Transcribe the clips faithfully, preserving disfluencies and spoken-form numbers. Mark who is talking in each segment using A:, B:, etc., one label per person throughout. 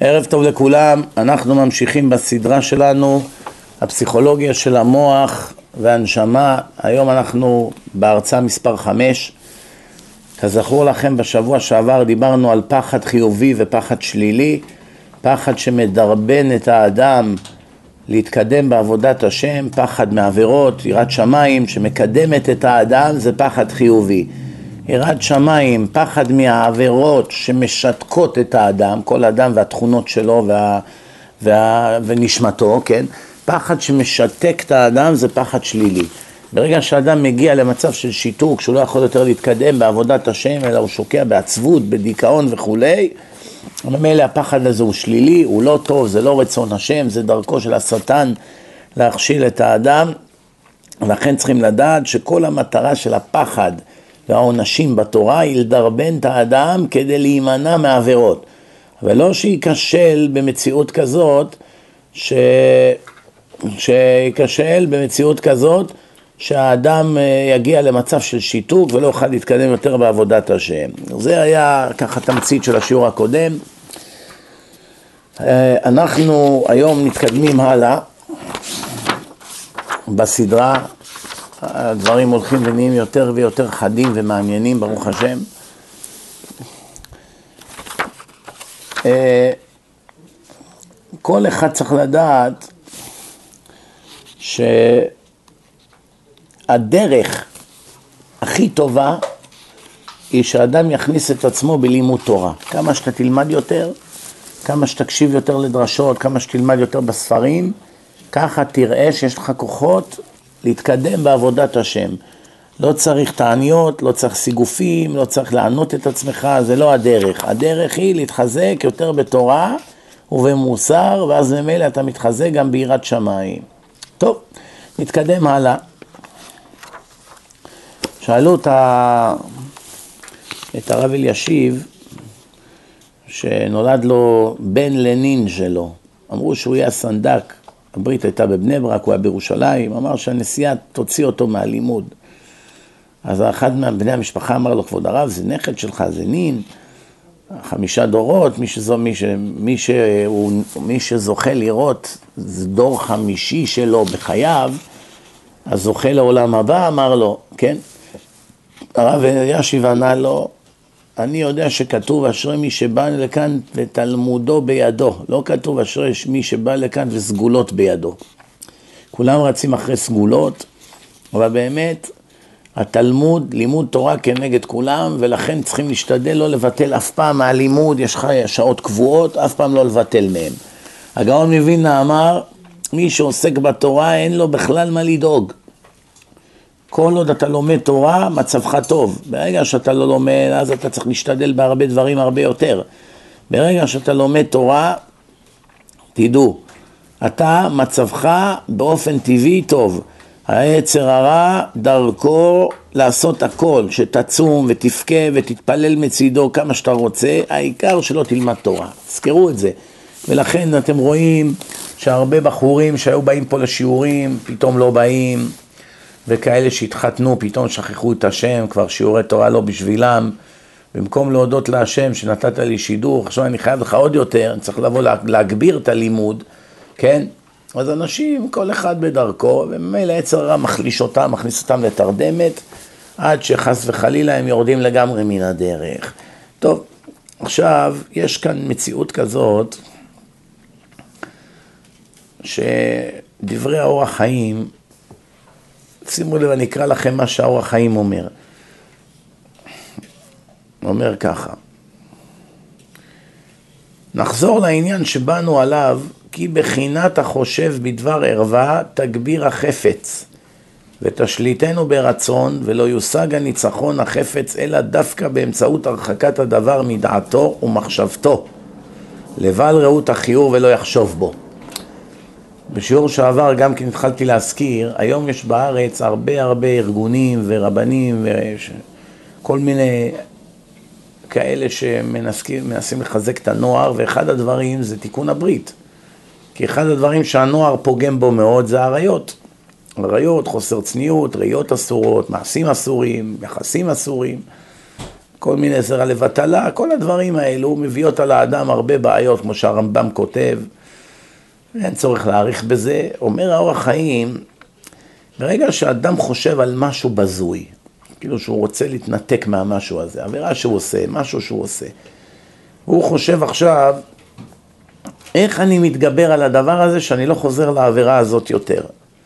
A: ערב טוב לכולם, אנחנו ממשיכים בסדרה שלנו, הפסיכולוגיה של המוח והנשמה. היום אנחנו בהרצאה מספר חמש. כזכור לכם, בשבוע שעבר דיברנו על פחד חיובי ופחד שלילי, פחד שמדרבן את האדם להתקדם בעבודת השם, פחד מעבירות, יראת שמיים שמקדמת את האדם, זה פחד חיובי. יראת שמיים, פחד מהעבירות שמשתקות את האדם, כל אדם והתכונות שלו וה, וה, ונשמתו, כן? פחד שמשתק את האדם זה פחד שלילי. ברגע שהאדם מגיע למצב של שיתוק, שהוא לא יכול יותר להתקדם בעבודת השם, אלא הוא שוקע בעצבות, בדיכאון וכולי, ממילא הפחד הזה הוא שלילי, הוא לא טוב, זה לא רצון השם, זה דרכו של השטן להכשיל את האדם. ולכן צריכים לדעת שכל המטרה של הפחד והעונשים בתורה היא לדרבן את האדם כדי להימנע מעבירות, ולא שייכשל במציאות כזאת ש... שייכשל במציאות כזאת שהאדם יגיע למצב של שיתוק ולא יוכל להתקדם יותר בעבודת השם. זה היה ככה תמצית של השיעור הקודם. אנחנו היום מתקדמים הלאה בסדרה. הדברים הולכים ונהיים יותר ויותר חדים ומעניינים, ברוך השם. כל אחד צריך לדעת שהדרך הכי טובה היא שאדם יכניס את עצמו בלימוד תורה. כמה שאתה תלמד יותר, כמה שתקשיב יותר לדרשות, כמה שתלמד יותר בספרים, ככה תראה שיש לך כוחות להתקדם בעבודת השם. לא צריך תעניות, לא צריך סיגופים, לא צריך לענות את עצמך, זה לא הדרך. הדרך היא להתחזק יותר בתורה ובמוסר, ואז ממילא אתה מתחזק גם ביראת שמיים. טוב, נתקדם הלאה. שאלו את, ה... את הרב אלישיב, שנולד לו בן לנין שלו. אמרו שהוא יהיה סנדק. הברית הייתה בבני ברק, הוא היה בירושלים, אמר שהנשיאה תוציא אותו מהלימוד. אז אחד מבני המשפחה אמר לו, כבוד הרב, זה נכד שלך, זה נין, חמישה דורות, מי, שזו, מי, ש, מי, שהוא, מי שזוכה לראות, זה דור חמישי שלו בחייו, אז זוכה לעולם הבא, אמר לו, כן? הרב אלישיב ענה לו, אני יודע שכתוב אשרי מי שבא לכאן ותלמודו בידו, לא כתוב אשרי מי שבא לכאן וסגולות בידו. כולם רצים אחרי סגולות, אבל באמת התלמוד, לימוד תורה כנגד כולם, ולכן צריכים להשתדל לא לבטל אף פעם מהלימוד, יש לך שעות קבועות, אף פעם לא לבטל מהם. הגאון מווילנה אמר, מי שעוסק בתורה אין לו בכלל מה לדאוג. כל עוד אתה לומד תורה, מצבך טוב. ברגע שאתה לא לומד, אז אתה צריך להשתדל בהרבה דברים הרבה יותר. ברגע שאתה לומד תורה, תדעו, אתה מצבך באופן טבעי טוב. היצר הרע דרכו לעשות הכל, שתצום ותפקה ותתפלל מצידו כמה שאתה רוצה, העיקר שלא תלמד תורה. תזכרו את זה. ולכן אתם רואים שהרבה בחורים שהיו באים פה לשיעורים, פתאום לא באים, וכאלה שהתחתנו פתאום שכחו את השם, כבר שיעורי תורה לא בשבילם, במקום להודות להשם שנתת לי שידור, עכשיו אני חייב לך עוד יותר, אני צריך לבוא להגביר את הלימוד, כן? אז אנשים, כל אחד בדרכו, וממילא יצר הרע מחליש אותם, מכניס אותם לתרדמת, עד שחס וחלילה הם יורדים לגמרי מן הדרך. טוב, עכשיו יש כאן מציאות כזאת, שדברי האור החיים, שימו לב, אני אקרא לכם מה שהאור החיים אומר. אומר ככה. נחזור לעניין שבאנו עליו, כי בחינת החושב בדבר ערווה תגביר החפץ, ותשליטנו ברצון, ולא יושג הניצחון החפץ, אלא דווקא באמצעות הרחקת הדבר מדעתו ומחשבתו. לבל ראות החיור ולא יחשוב בו. בשיעור שעבר גם כן התחלתי להזכיר, היום יש בארץ הרבה הרבה ארגונים ורבנים וכל מיני כאלה שמנסים לחזק את הנוער, ואחד הדברים זה תיקון הברית. כי אחד הדברים שהנוער פוגם בו מאוד זה עריות. עריות, חוסר צניעות, ראיות אסורות, מעשים אסורים, יחסים אסורים. כל מיני זרע לבטלה, כל הדברים האלו מביאות על האדם הרבה בעיות, כמו שהרמב"ם כותב, אין צורך להאריך בזה. אומר האור החיים, ברגע שאדם חושב על משהו בזוי, כאילו שהוא רוצה להתנתק מהמשהו הזה, עבירה שהוא עושה, משהו שהוא עושה, הוא חושב עכשיו, איך אני מתגבר על הדבר הזה שאני לא חוזר לעבירה הזאת יותר?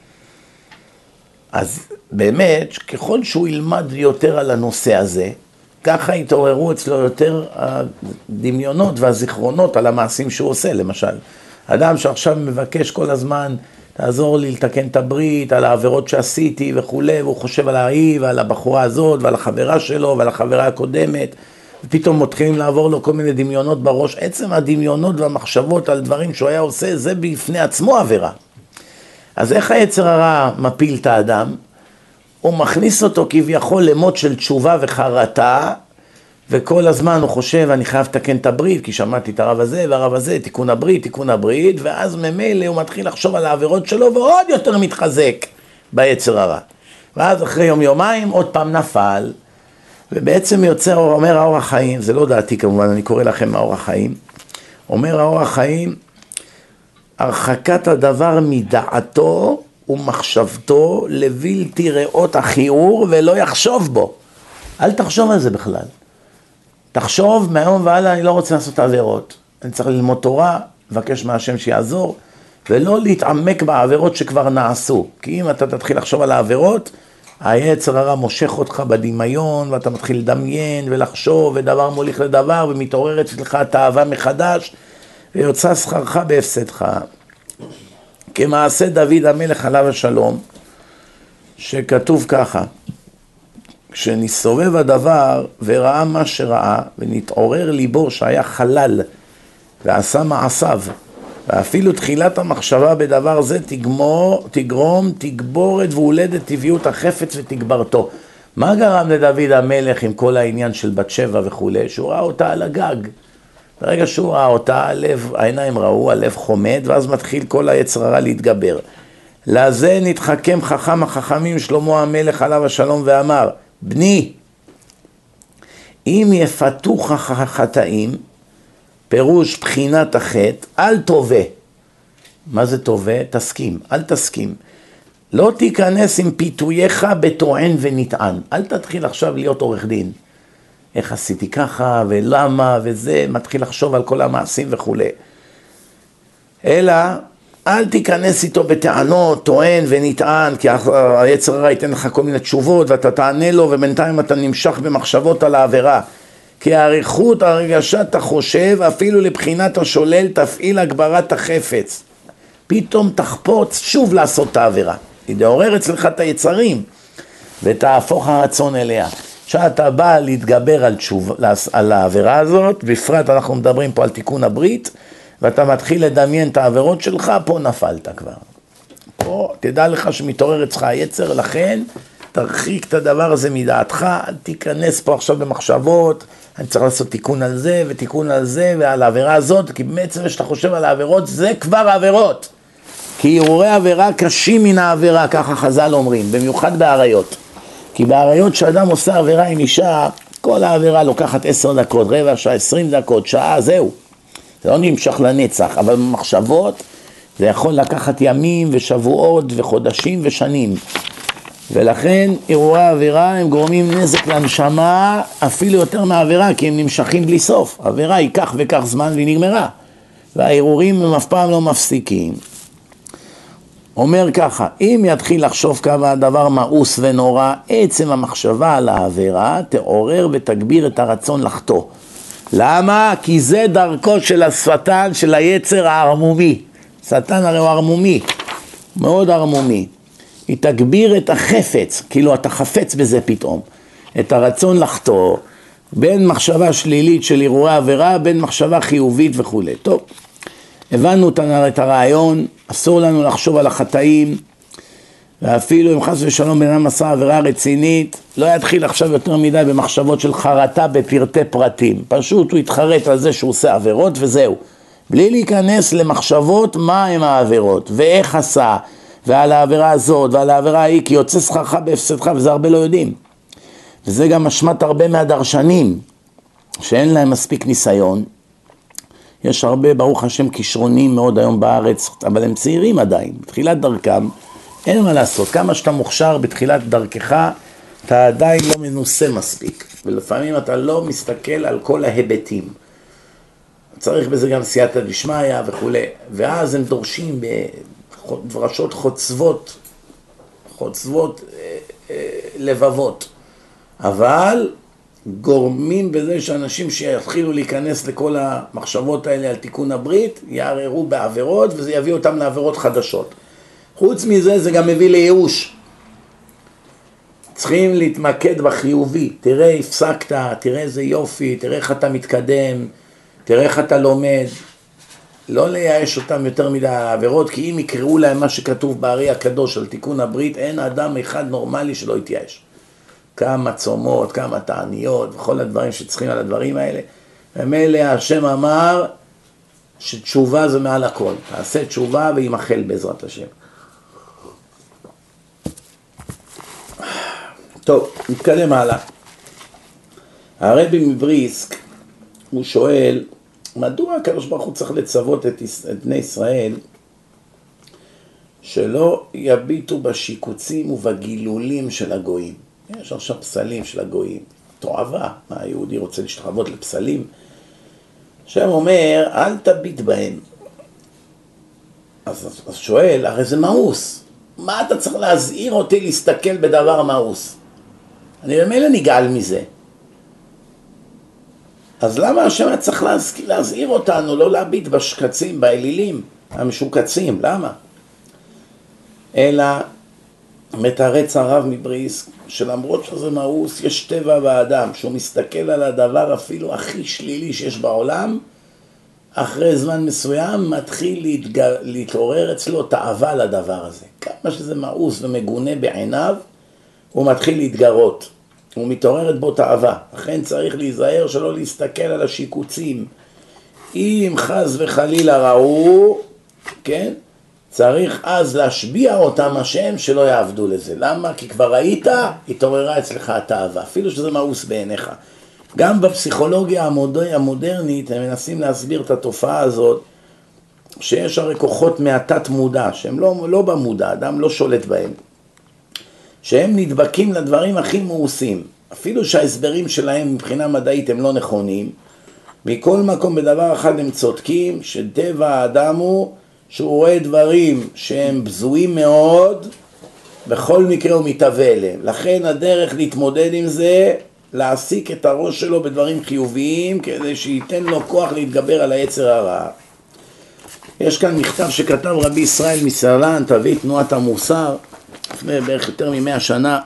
A: אז באמת, ככל שהוא ילמד יותר על הנושא הזה, ככה יתעוררו אצלו יותר הדמיונות והזיכרונות על המעשים שהוא עושה. למשל, אדם שעכשיו מבקש כל הזמן, תעזור לי לתקן את הברית, על העבירות שעשיתי וכו', והוא חושב על ההיא ועל הבחורה הזאת ועל החברה שלו ועל החברה הקודמת, ופתאום מתחילים לעבור לו כל מיני דמיונות בראש. עצם הדמיונות והמחשבות על דברים שהוא היה עושה, זה בפני עצמו עבירה. אז איך היצר הרע מפיל את האדם? הוא מכניס אותו כביכול למות של תשובה וחרטה, וכל הזמן הוא חושב, אני חייב לתקן את הברית, כי שמעתי את הרב הזה והרב הזה, תיקון הברית, תיקון הברית, ואז ממילא הוא מתחיל לחשוב על העבירות שלו, ועוד יותר מתחזק ביצר הרע. ואז אחרי יום יומיים עוד פעם נפל, ובעצם יוצא, אומר האור החיים, זה לא דעתי כמובן, אני קורא לכם מהאור החיים, אומר האור החיים, הרחקת הדבר מדעתו ומחשבתו לבלתי ראות החיור ולא יחשוב בו. אל תחשוב על זה בכלל. תחשוב מהיום והלאה, אני לא רוצה לעשות עבירות. אני צריך ללמוד תורה, לבקש מהשם שיעזור, ולא להתעמק בעבירות שכבר נעשו. כי אם אתה תתחיל לחשוב על העבירות, היצר הרע מושך אותך בדמיון, ואתה מתחיל לדמיין ולחשוב, ודבר מוליך לדבר, ומתעוררת אצלך התאווה מחדש, ויוצא שכרך בהפסדך. כמעשה דוד המלך עליו השלום, שכתוב ככה, כשנסובב הדבר וראה מה שראה, ונתעורר ליבו שהיה חלל, ועשה מעשיו, ואפילו תחילת המחשבה בדבר זה תגמור, תגרום, תגבורת והולדת טבעיות החפץ ותגברתו. מה גרם לדוד המלך עם כל העניין של בת שבע וכו'? שהוא ראה אותה על הגג. ברגע שהוא ראה אותה, הלב, העיניים ראו, הלב חומד, ואז מתחיל כל היצר הרע להתגבר. לזה נתחכם חכם החכמים שלמה המלך עליו השלום ואמר, בני, אם יפתוך החטאים, פירוש בחינת החטא, אל תובע. מה זה תובע? תסכים, אל תסכים. לא תיכנס עם פיתוייך בטוען ונטען. אל תתחיל עכשיו להיות עורך דין. איך עשיתי ככה ולמה וזה, מתחיל לחשוב על כל המעשים וכו'. אלא, אל תיכנס איתו בטענות, טוען ונטען, כי היצר הרע ייתן לך כל מיני תשובות ואתה תענה לו, ובינתיים אתה נמשך במחשבות על העבירה. כי העריכות, הרגשת החושב, אפילו לבחינת השולל, תפעיל הגברת החפץ. פתאום תחפוץ שוב לעשות את העבירה. היא תעורר אצלך את היצרים, ותהפוך הרצון אליה. שאתה בא להתגבר על, תשוב, על העבירה הזאת, בפרט אנחנו מדברים פה על תיקון הברית, ואתה מתחיל לדמיין את העבירות שלך, פה נפלת כבר. פה תדע לך שמתעורר אצלך היצר, לכן תרחיק את הדבר הזה מדעתך, אל תיכנס פה עכשיו במחשבות, אני צריך לעשות תיקון על זה ותיקון על זה ועל העבירה הזאת, כי בעצם שאתה חושב על העבירות, זה כבר עבירות. כי הרהורי עבירה קשים מן העבירה, ככה חז"ל אומרים, במיוחד בעריות. כי בעריות שאדם עושה עבירה עם אישה, כל העבירה לוקחת עשר דקות, רבע שעה, עשרים דקות, שעה, זהו. זה לא נמשך לנצח, אבל במחשבות זה יכול לקחת ימים ושבועות וחודשים ושנים. ולכן הרהורי העבירה הם גורמים נזק לנשמה אפילו יותר מהעבירה, כי הם נמשכים בלי סוף. העבירה היא כך וכך זמן והיא נגמרה. וההרהורים הם אף פעם לא מפסיקים. אומר ככה, אם יתחיל לחשוב כמה הדבר מאוס ונורא, עצם המחשבה על העבירה תעורר ותגביר את הרצון לחטוא. למה? כי זה דרכו של השטן, של היצר הערמומי. שטן הרי הוא ערמומי, מאוד ערמומי. היא תגביר את החפץ, כאילו אתה חפץ בזה פתאום, את הרצון לחטוא, בין מחשבה שלילית של הרהורי עבירה, בין מחשבה חיובית וכו'. טוב, הבנו את הרעיון, אסור לנו לחשוב על החטאים, ואפילו אם חס ושלום בן אדם עשה עבירה רצינית, לא יתחיל עכשיו יותר מדי במחשבות של חרטה בפרטי פרטים. פשוט הוא יתחרט על זה שהוא עושה עבירות וזהו. בלי להיכנס למחשבות מה הם העבירות, ואיך עשה, ועל העבירה הזאת, ועל העבירה ההיא, כי יוצא שכרך בהפסדך, וזה הרבה לא יודעים. וזה גם אשמת הרבה מהדרשנים, שאין להם מספיק ניסיון. יש הרבה, ברוך השם, כישרונים מאוד היום בארץ, אבל הם צעירים עדיין, בתחילת דרכם, אין מה לעשות. כמה שאתה מוכשר בתחילת דרכך, אתה עדיין לא מנוסה מספיק, ולפעמים אתה לא מסתכל על כל ההיבטים. צריך בזה גם סייעתא דשמיא וכו'. ואז הם דורשים בדרשות חוצבות, חוצבות אה, אה, לבבות. אבל גורמים בזה שאנשים שיתחילו להיכנס לכל המחשבות האלה על תיקון הברית, יערערו בעבירות, וזה יביא אותם לעבירות חדשות. חוץ מזה, זה גם מביא לייאוש. צריכים להתמקד בחיובי. תראה, הפסקת, תראה איזה יופי, תראה איך אתה מתקדם, תראה איך אתה לומד. לא לייאש אותם יותר מדי העבירות, כי אם יקראו להם מה שכתוב בארי הקדוש על תיקון הברית, אין אדם אחד נורמלי שלא יתייאש. כמה צומות, כמה תעניות, וכל הדברים שצריכים על הדברים האלה. ומילא השם אמר שתשובה זה מעל הכל. תעשה תשובה וימחל בעזרת השם. טוב, נתקדם הלאה. הרבי מבריסק, הוא שואל, מדוע הקדוש ברוך הוא צריך לצוות את, את בני ישראל שלא יביטו בשיקוצים ובגילולים של הגויים? יש עכשיו פסלים של הגויים, תועבה, מה היהודי רוצה להשתחוות לפסלים? השם אומר, אל תביט בהם. אז, אז שואל, הרי זה מאוס, מה אתה צריך להזהיר אותי להסתכל בדבר מאוס? אני במילא נגעל מזה. אז למה השם היה צריך להזהיר אותנו לא להביט בשקצים, באלילים המשוקצים? למה? אלא מתרץ הרב מבריסק שלמרות שזה מאוס, יש טבע באדם שהוא מסתכל על הדבר אפילו הכי שלילי שיש בעולם, אחרי זמן מסוים מתחיל להתגר... להתעורר אצלו תאווה לדבר הזה. כמה שזה מאוס ומגונה בעיניו, הוא מתחיל להתגרות. הוא מתעוררת בו תאווה. לכן צריך להיזהר שלא להסתכל על השיקוצים. אם חס וחלילה ראו, כן? צריך אז להשביע אותם השם שלא יעבדו לזה. למה? כי כבר ראית, התעוררה אצלך התאווה. אפילו שזה מאוס בעיניך. גם בפסיכולוגיה המודר, המודרנית הם מנסים להסביר את התופעה הזאת, שיש הרי כוחות מהתת מודע, שהם לא, לא במודע, אדם לא שולט בהם. שהם נדבקים לדברים הכי מאוסים, אפילו שההסברים שלהם מבחינה מדעית הם לא נכונים, מכל מקום בדבר אחד הם צודקים, שטבע האדם הוא שהוא רואה דברים שהם בזויים מאוד, בכל מקרה הוא מתהווה אליהם. לכן הדרך להתמודד עם זה, להעסיק את הראש שלו בדברים חיוביים, כדי שייתן לו כוח להתגבר על היצר הרע. יש כאן מכתב שכתב רבי ישראל מסלנט, אבי תנועת המוסר, לפני בערך יותר ממאה שנה.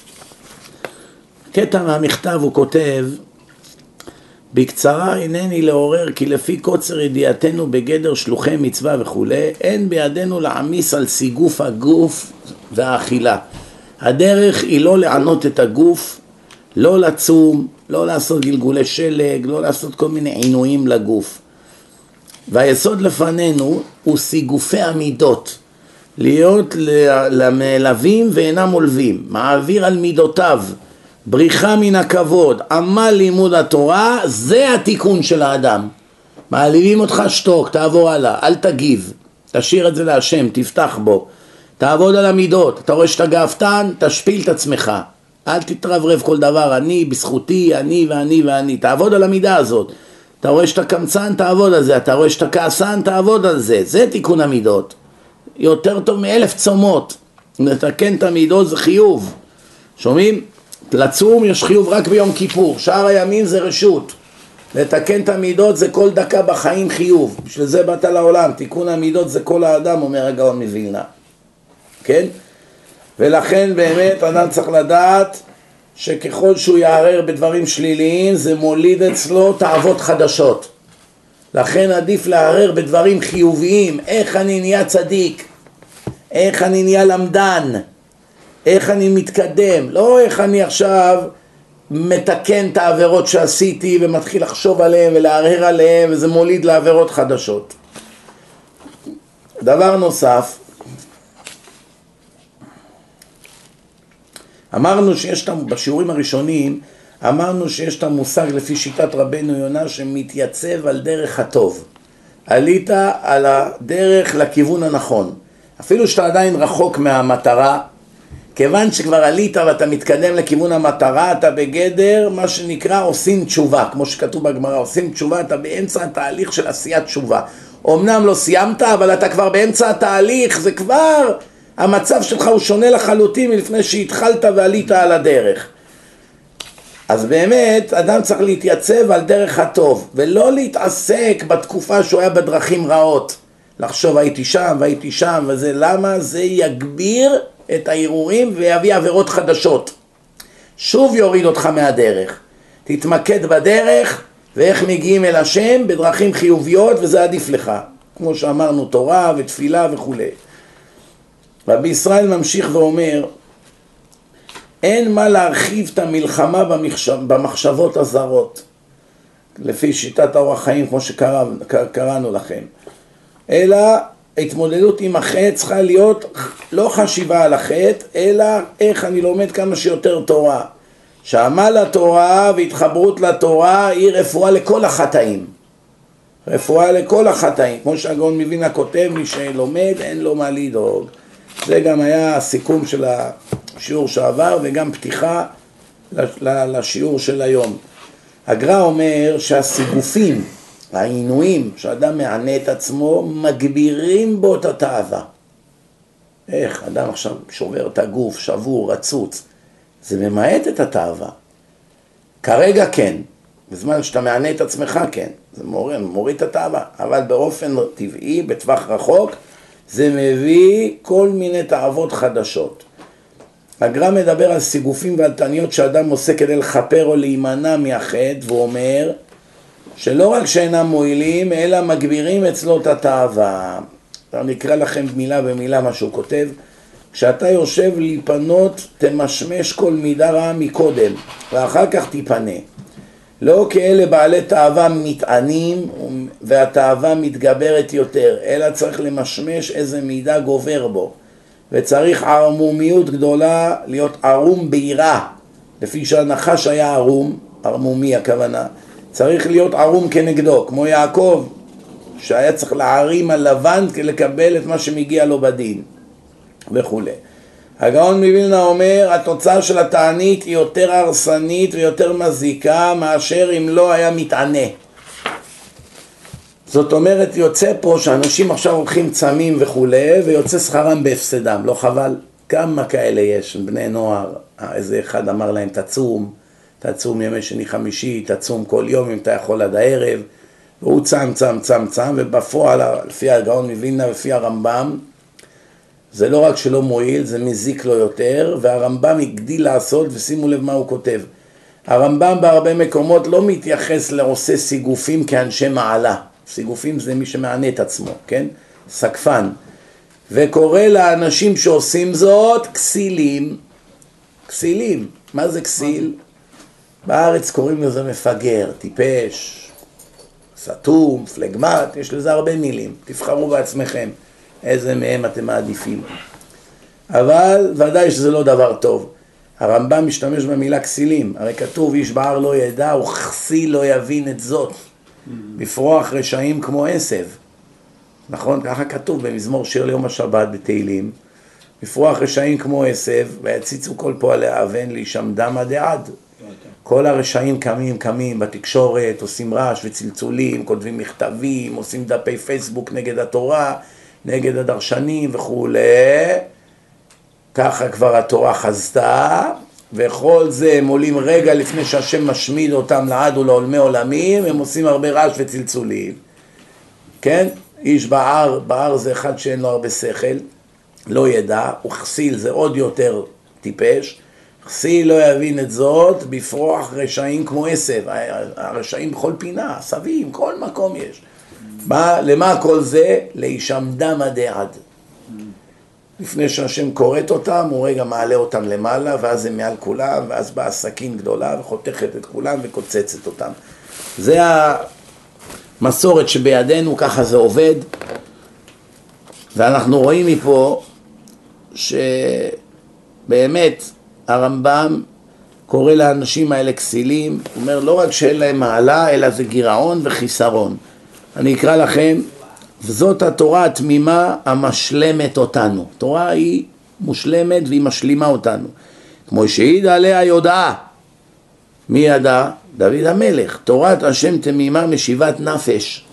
A: קטע מהמכתב הוא כותב, בקצרה אינני לעורר כי לפי קוצר ידיעתנו בגדר שלוחי מצווה וכו', אין בידינו להעמיס על סיגוף הגוף והאכילה. הדרך היא לא לענות את הגוף, לא לצום, לא לעשות גלגולי שלג, לא לעשות כל מיני עינויים לגוף. והיסוד לפנינו הוא סיגופי המידות. להיות למלווים ואינם מולווים, מעביר על מידותיו, בריחה מן הכבוד, עמל לימוד התורה, זה התיקון של האדם. מעליבים אותך, שתוק, תעבור הלאה, אל תגיב, תשאיר את זה להשם, תפתח בו, תעבוד על המידות, אתה רואה שאתה גאוותן, תשפיל את עצמך, אל תתרברב כל דבר, אני, בזכותי, אני ואני ואני, תעבוד על המידה הזאת. אתה רואה שאתה קמצן, תעבוד על זה, אתה רואה שאתה כעסן, תעבוד על זה, זה תיקון המידות. יותר טוב מאלף צומות, לתקן את המידות זה חיוב. שומעים? לצום יש חיוב רק ביום כיפור, שאר הימים זה רשות. לתקן את המידות זה כל דקה בחיים חיוב, בשביל זה באת לעולם, תיקון המידות זה כל האדם, אומר הגאון מווילנה. כן? ולכן באמת אדם צריך לדעת שככל שהוא יערער בדברים שליליים, זה מוליד אצלו תאוות חדשות. לכן עדיף לערער בדברים חיוביים, איך אני נהיה צדיק, איך אני נהיה למדן, איך אני מתקדם, לא איך אני עכשיו מתקן את העבירות שעשיתי ומתחיל לחשוב עליהן ולערער עליהן, וזה מוליד לעבירות חדשות. דבר נוסף, אמרנו שיש בשיעורים הראשונים, אמרנו שיש את המושג לפי שיטת רבנו יונה שמתייצב על דרך הטוב. עלית על הדרך לכיוון הנכון. אפילו שאתה עדיין רחוק מהמטרה, כיוון שכבר עלית ואתה מתקדם לכיוון המטרה, אתה בגדר מה שנקרא עושים תשובה, כמו שכתוב בגמרא, עושים תשובה, אתה באמצע התהליך של עשיית תשובה. אמנם לא סיימת, אבל אתה כבר באמצע התהליך, זה כבר, המצב שלך הוא שונה לחלוטין מלפני שהתחלת ועלית על הדרך. אז באמת, אדם צריך להתייצב על דרך הטוב, ולא להתעסק בתקופה שהוא היה בדרכים רעות. לחשוב הייתי שם והייתי שם וזה, למה? זה יגביר את הערעורים ויביא עבירות חדשות. שוב יוריד אותך מהדרך. תתמקד בדרך ואיך מגיעים אל השם בדרכים חיוביות, וזה עדיף לך. כמו שאמרנו, תורה ותפילה וכו'. רבי ישראל ממשיך ואומר, אין מה להרחיב את המלחמה במחשב, במחשבות הזרות, לפי שיטת האורח חיים כמו שקראנו לכם. אלא התמודדות עם החטא צריכה להיות לא חשיבה על החטא, אלא איך אני לומד כמה שיותר תורה. שעמל התורה והתחברות לתורה היא רפואה לכל החטאים. רפואה לכל החטאים. כמו שהגאון מווילנה כותב, מי שלומד אין לו מה לדאוג. זה גם היה הסיכום של השיעור שעבר וגם פתיחה לשיעור של היום. הגר"א אומר שהסיגופים, העינויים, שאדם מענה את עצמו, מגבירים בו את התאווה. איך? אדם עכשיו שובר את הגוף, שבור, רצוץ. זה ממעט את התאווה. כרגע כן. בזמן שאתה מענה את עצמך כן. זה מוריד, מוריד את התאווה. אבל באופן טבעי, בטווח רחוק, זה מביא כל מיני תאוות חדשות. הגר"א מדבר על סיגופים ועל תעניות שאדם עושה כדי לחפר או להימנע מהחטא, והוא אומר שלא רק שאינם מועילים, אלא מגבירים אצלו את התאווה. אני אקרא לכם מילה במילה מה שהוא כותב. כשאתה יושב להיפנות, תמשמש כל מידה רעה מקודם, ואחר כך תיפנה. לא כאלה בעלי תאווה מתענים, והתאווה מתגברת יותר, אלא צריך למשמש איזה מידה גובר בו. וצריך ערמומיות גדולה, להיות ערום ביראה. לפי שהנחש היה ערום, ערמומי הכוונה, צריך להיות ערום כנגדו, כמו יעקב, שהיה צריך להערים על לבן כדי לקבל את מה שמגיע לו בדין, וכו'. הגאון מווילנה אומר, התוצאה של התענית היא יותר הרסנית ויותר מזיקה מאשר אם לא היה מתענה. זאת אומרת, יוצא פה שאנשים עכשיו הולכים צמים וכו', ויוצא שכרם בהפסדם, לא חבל? כמה כאלה יש, בני נוער, איזה אחד אמר להם, תצום, תצום ימי שני חמישי, תצום כל יום אם אתה יכול עד הערב, והוא צם, צם, צם, צם, ובפועל, לפי הגאון מווילנה ולפי הרמב"ם, זה לא רק שלא מועיל, זה מזיק לו יותר, והרמב"ם הגדיל לעשות, ושימו לב מה הוא כותב. הרמב"ם בהרבה מקומות לא מתייחס לעושה סיגופים כאנשי מעלה. סיגופים זה מי שמענה את עצמו, כן? סקפן. וקורא לאנשים שעושים זאת כסילים. כסילים. מה זה כסיל? בארץ קוראים לזה מפגר, טיפש, סתום, פלגמט, יש לזה הרבה מילים. תבחרו בעצמכם איזה מהם אתם מעדיפים. אבל ודאי שזה לא דבר טוב. הרמב"ם משתמש במילה כסילים. הרי כתוב איש בער לא ידע וכסיל לא יבין את זאת. בפרוח רשעים כמו עשב. נכון? ככה כתוב במזמור שיר ליום השבת בתהילים. בפרוח רשעים כמו עשב, ויציצו כל פועלי האבן להישמדם עד עד. כל הרשעים קמים, קמים בתקשורת, עושים רעש וצלצולים, כותבים מכתבים, עושים דפי פייסבוק נגד התורה, נגד הדרשנים וכו'. ככה כבר התורה חזתה, וכל זה הם עולים רגע לפני שהשם משמיד אותם לעד ולעולמי עולמים, הם עושים הרבה רעש וצלצולים. כן? איש בער, בער זה אחד שאין לו הרבה שכל, לא ידע, וכסיל זה עוד יותר טיפש, כסיל לא יבין את זאת, בפרוח רשעים כמו עשב, הרשעים בכל פינה, עשבים, כל מקום יש. מה, למה כל זה? להישמדם עד עד. לפני שהשם קוראת אותם, הוא רגע מעלה אותם למעלה, ואז הם מעל כולם, ואז באה סכין גדולה וחותכת את כולם וקוצצת אותם. זה המסורת שבידינו, ככה זה עובד, ואנחנו רואים מפה שבאמת הרמב"ם קורא לאנשים האלה כסילים, הוא אומר לא רק שאין להם מעלה, אלא זה גירעון וחיסרון. אני אקרא לכם, וזאת התורה התמימה המשלמת אותנו. תורה היא מושלמת והיא משלימה אותנו. כמו שהעיד עליה יודעה. מי ידע? דוד המלך. תורת השם תמימה משיבת נפש.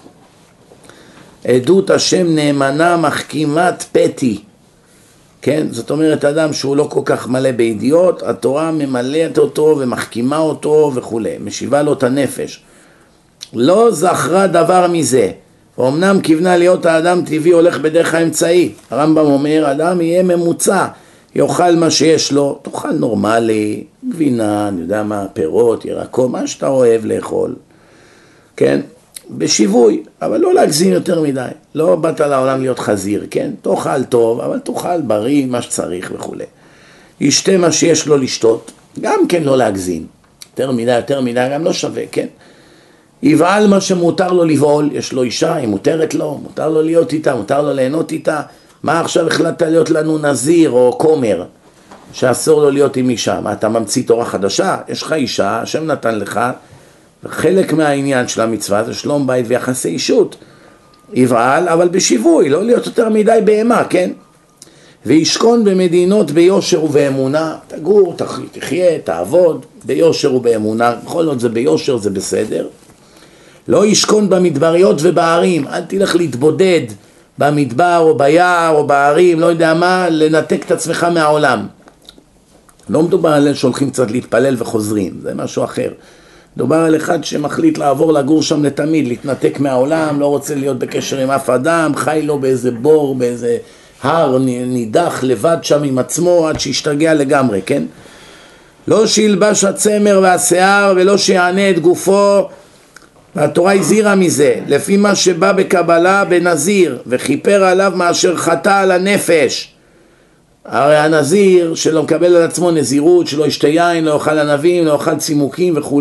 A: עדות השם נאמנה מחכימת פתי. כן? זאת אומרת, אדם שהוא לא כל כך מלא בידיעות, התורה ממלאת אותו ומחכימה אותו וכו'. משיבה לו את הנפש. לא זכרה דבר מזה. ואומנם כיוונה להיות האדם טבעי הולך בדרך האמצעי. הרמב"ם אומר, אדם יהיה ממוצע. יאכל מה שיש לו, תאכל נורמלי, גבינה, אני יודע מה, פירות, ירקות, מה שאתה אוהב לאכול. כן? בשיווי, אבל לא להגזים יותר מדי. לא באת לעולם להיות חזיר, כן? תאכל טוב, אבל תאכל בריא, מה שצריך וכו'. ישתה מה שיש לו לשתות, גם כן לא להגזים. יותר מדי, יותר מדי, גם לא שווה, כן? יבעל מה שמותר לו לבעול, יש לו אישה, היא מותרת לו, מותר לו להיות איתה, מותר לו ליהנות איתה. מה עכשיו החלטת להיות לנו נזיר או כומר, שאסור לו להיות עם אישה? מה, אתה ממציא תורה חדשה? יש לך אישה, השם נתן לך, וחלק מהעניין של המצווה זה שלום בית ויחסי אישות. יבעל, אבל בשיווי, לא להיות יותר מדי בהמה, כן? וישכון במדינות ביושר ובאמונה, תגור, תחיה, תעבוד, ביושר ובאמונה, בכל זאת זה ביושר, זה בסדר. לא ישכון במדבריות ובערים, אל תלך להתבודד במדבר או ביער או בערים, לא יודע מה, לנתק את עצמך מהעולם. לא מדובר על שהולכים קצת להתפלל וחוזרים, זה משהו אחר. מדובר על אחד שמחליט לעבור לגור שם לתמיד, להתנתק מהעולם, לא רוצה להיות בקשר עם אף אדם, חי לו באיזה בור, באיזה הר נידח לבד שם עם עצמו עד שישתגע לגמרי, כן? לא שילבש הצמר והשיער ולא שיענה את גופו, והתורה הזהירה מזה, לפי מה שבא בקבלה בנזיר, וכיפר עליו מאשר חטא על הנפש. הרי הנזיר שלא מקבל על עצמו נזירות, שלא ישתה יין, לא יאכל ענבים, לא יאכל צימוקים וכו',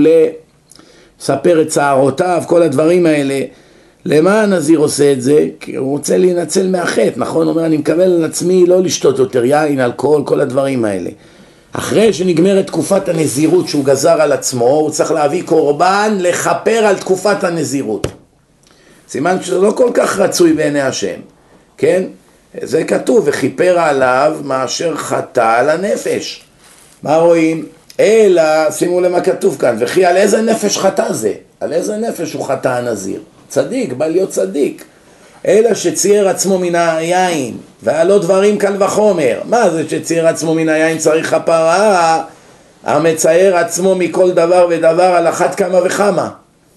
A: ספר את צערותיו, כל הדברים האלה. למה הנזיר עושה את זה? כי הוא רוצה להינצל מהחטא, נכון? הוא אומר, אני מקבל על עצמי לא לשתות יותר יין, אלכוהול, כל הדברים האלה. אחרי שנגמרת תקופת הנזירות שהוא גזר על עצמו, הוא צריך להביא קורבן לכפר על תקופת הנזירות. סימן שזה לא כל כך רצוי בעיני השם, כן? זה כתוב, וכיפר עליו מאשר חטא על הנפש. מה רואים? אלא, שימו למה כתוב כאן, וכי על איזה נפש חטא זה? על איזה נפש הוא חטא הנזיר? צדיק, בא להיות צדיק. אלא שצייר עצמו מן היין, ועלו דברים קל וחומר. מה זה שצייר עצמו מן היין צריך כפרה? המצייר עצמו מכל דבר ודבר על אחת כמה וכמה.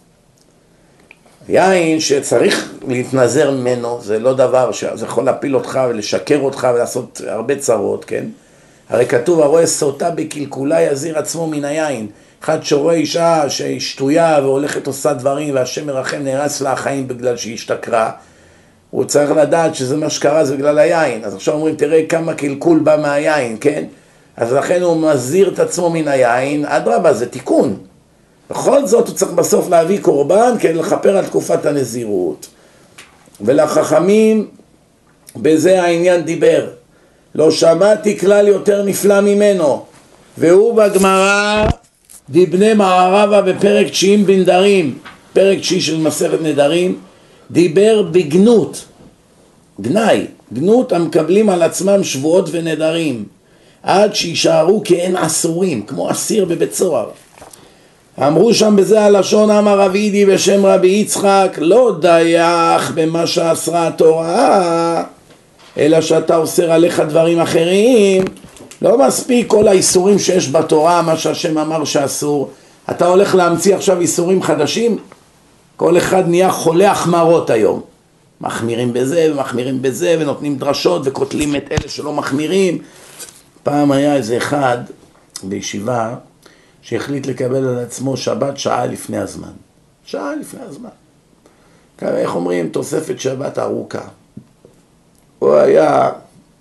A: יין שצריך להתנזר ממנו, זה לא דבר שזה יכול להפיל אותך ולשקר אותך ולעשות הרבה צרות, כן? הרי כתוב, הרואה סוטה בקלקולה יזיר עצמו מן היין. אחד שרואה אישה שהיא שטויה והולכת עושה דברים והשם מרחם נהרס לה החיים בגלל שהיא השתכרה, הוא צריך לדעת שזה מה שקרה, זה בגלל היין. אז עכשיו אומרים, תראה כמה קלקול בא מהיין, כן? אז לכן הוא מזהיר את עצמו מן היין, אדרבה, זה תיקון. בכל זאת הוא צריך בסוף להביא קורבן כדי לכפר על תקופת הנזירות. ולחכמים בזה העניין דיבר. לא שמעתי כלל יותר נפלא ממנו. והוא בגמרא דיבני מערבה בפרק תשיעים בנדרים, פרק תשיעי של מסכת נדרים, דיבר בגנות, גנאי, גנות המקבלים על עצמם שבועות ונדרים, עד שישארו כאין אסורים, כמו אסיר בבית סוהר. אמרו שם בזה הלשון, אמר רב אידי בשם רבי יצחק, לא דייך במה שאסרה התורה, אלא שאתה אוסר עליך דברים אחרים. לא מספיק כל האיסורים שיש בתורה, מה שהשם אמר שאסור. אתה הולך להמציא עכשיו איסורים חדשים? כל אחד נהיה חולה החמרות היום. מחמירים בזה ומחמירים בזה ונותנים דרשות וכותלים את אלה שלא מחמירים. פעם היה איזה אחד בישיבה שהחליט לקבל על עצמו שבת שעה לפני הזמן. שעה לפני הזמן. איך אומרים? תוספת שבת ארוכה. הוא היה,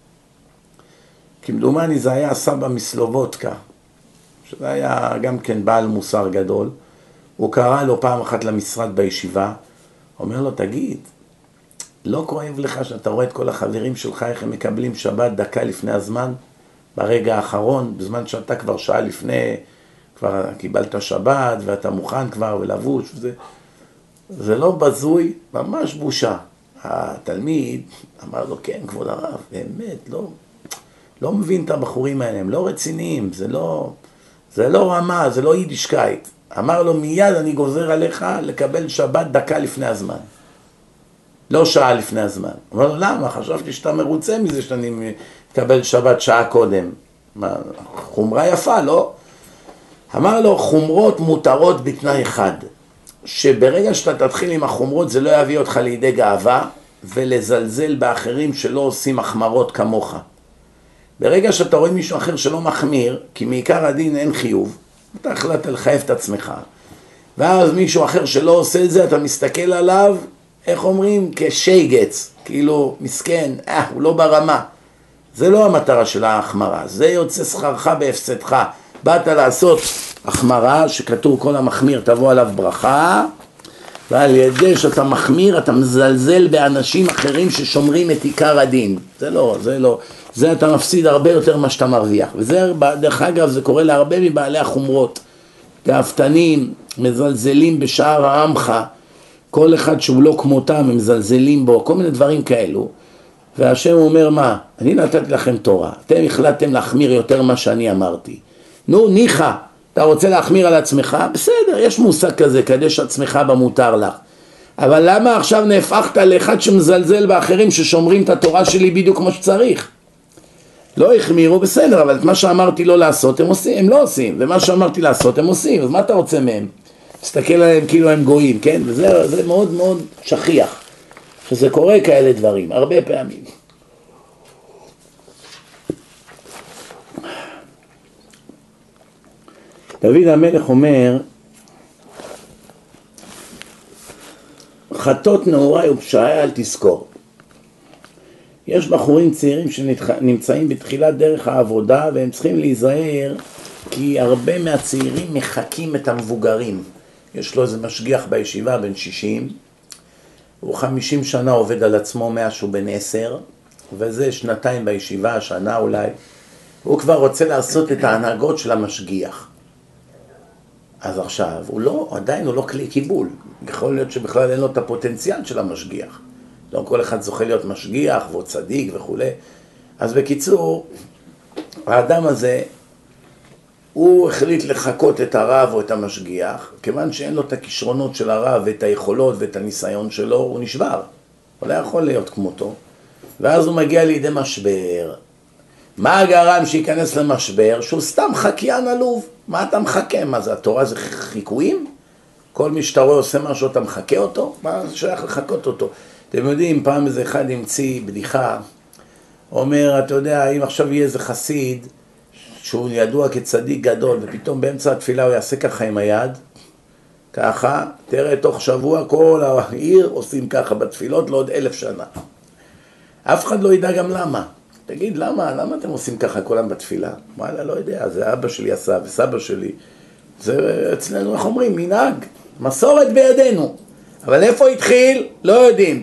A: כמדומני זה היה סבא מסלובודקה, שזה היה גם כן בעל מוסר גדול. הוא קרא לו פעם אחת למשרד בישיבה, אומר לו, תגיד, לא כואב לך שאתה רואה את כל החברים שלך איך הם מקבלים שבת דקה לפני הזמן? ברגע האחרון, בזמן שאתה כבר שעה לפני, כבר קיבלת שבת ואתה מוכן כבר ולבוש וזה, זה לא בזוי, ממש בושה. התלמיד אמר לו, כן, כבוד הרב, באמת, לא, לא מבין את הבחורים האלה, הם לא רציניים, זה לא, זה לא רמה, זה לא יידישקייט. אמר לו, מיד אני גוזר עליך לקבל שבת דקה לפני הזמן. לא שעה לפני הזמן. אמר לו, למה? חשבתי שאתה מרוצה מזה שאני מקבל שבת שעה קודם. מה, חומרה יפה, לא? אמר לו, חומרות מותרות בתנאי אחד. שברגע שאתה תתחיל עם החומרות זה לא יביא אותך לידי גאווה ולזלזל באחרים שלא עושים החמרות כמוך. ברגע שאתה רואה מישהו אחר שלא מחמיר, כי מעיקר הדין אין חיוב, אתה החלטת לחייב את עצמך, ואז מישהו אחר שלא עושה את זה, אתה מסתכל עליו, איך אומרים? כשייגץ, כאילו מסכן, אה, הוא לא ברמה. זה לא המטרה של ההחמרה, זה יוצא שכרך בהפסדך. באת לעשות החמרה שכתוב כל המחמיר תבוא עליו ברכה, ועל ידי שאתה מחמיר אתה מזלזל באנשים אחרים ששומרים את עיקר הדין. זה לא, זה לא, זה אתה מפסיד הרבה יותר מה שאתה מרוויח. וזה, דרך אגב, זה קורה להרבה מבעלי החומרות. גאוותנים, מזלזלים בשאר העמך, כל אחד שהוא לא כמותם, הם מזלזלים בו, כל מיני דברים כאלו. והשם אומר, מה? אני נתתי לכם תורה, אתם החלטתם להחמיר יותר מה שאני אמרתי. נו, ניחא, אתה רוצה להחמיר על עצמך? בסדר, יש מושג כזה, קדש עצמך במותר לך. אבל למה עכשיו נהפכת לאחד שמזלזל באחרים ששומרים את התורה שלי בדיוק כמו שצריך? לא החמירו, בסדר, אבל את מה שאמרתי לא לעשות הם עושים, הם לא עושים, ומה שאמרתי לעשות הם עושים, אז מה אתה רוצה מהם? תסתכל עליהם כאילו הם גויים, כן? וזה זה מאוד מאוד שכיח, שזה קורה כאלה דברים, הרבה פעמים. דוד המלך אומר, חטות נעוריי ופשעי אל תזכור. יש בחורים צעירים שנמצאים בתחילת דרך העבודה והם צריכים להיזהר כי הרבה מהצעירים מחקים את המבוגרים. יש לו איזה משגיח בישיבה בן שישים, הוא חמישים שנה עובד על עצמו מאז שהוא בן עשר, וזה שנתיים בישיבה, שנה אולי. הוא כבר רוצה לעשות את ההנהגות של המשגיח. אז עכשיו, הוא לא, עדיין הוא לא כלי קיבול. יכול להיות שבכלל אין לו את הפוטנציאל של המשגיח. לא כל אחד זוכה להיות משגיח והוא צדיק וכו'. אז בקיצור, האדם הזה, הוא החליט לחכות את הרב או את המשגיח, כיוון שאין לו את הכישרונות של הרב ואת היכולות ואת הניסיון שלו, הוא נשבר. הוא לא יכול להיות כמותו. ואז הוא מגיע לידי משבר. מה גרם שייכנס למשבר? שהוא סתם חקיין עלוב. מה אתה מחכה? מה זה, התורה זה חיקויים? כל מי שאתה רואה עושה משהו, אתה מחכה אותו? מה זה שייך לחכות אותו? אתם יודעים, פעם איזה אחד המציא בדיחה, אומר, אתה יודע, אם עכשיו יהיה איזה חסיד, שהוא ידוע כצדיק גדול, ופתאום באמצע התפילה הוא יעשה ככה עם היד, ככה, תראה, תוך שבוע כל העיר עושים ככה בתפילות לעוד אלף שנה. אף אחד לא ידע גם למה. תגיד, למה? למה אתם עושים ככה כולם בתפילה? וואלה, לא יודע, זה אבא שלי עשה וסבא שלי. זה אצלנו, איך אומרים, מנהג, מסורת בידינו. אבל איפה התחיל? לא יודעים.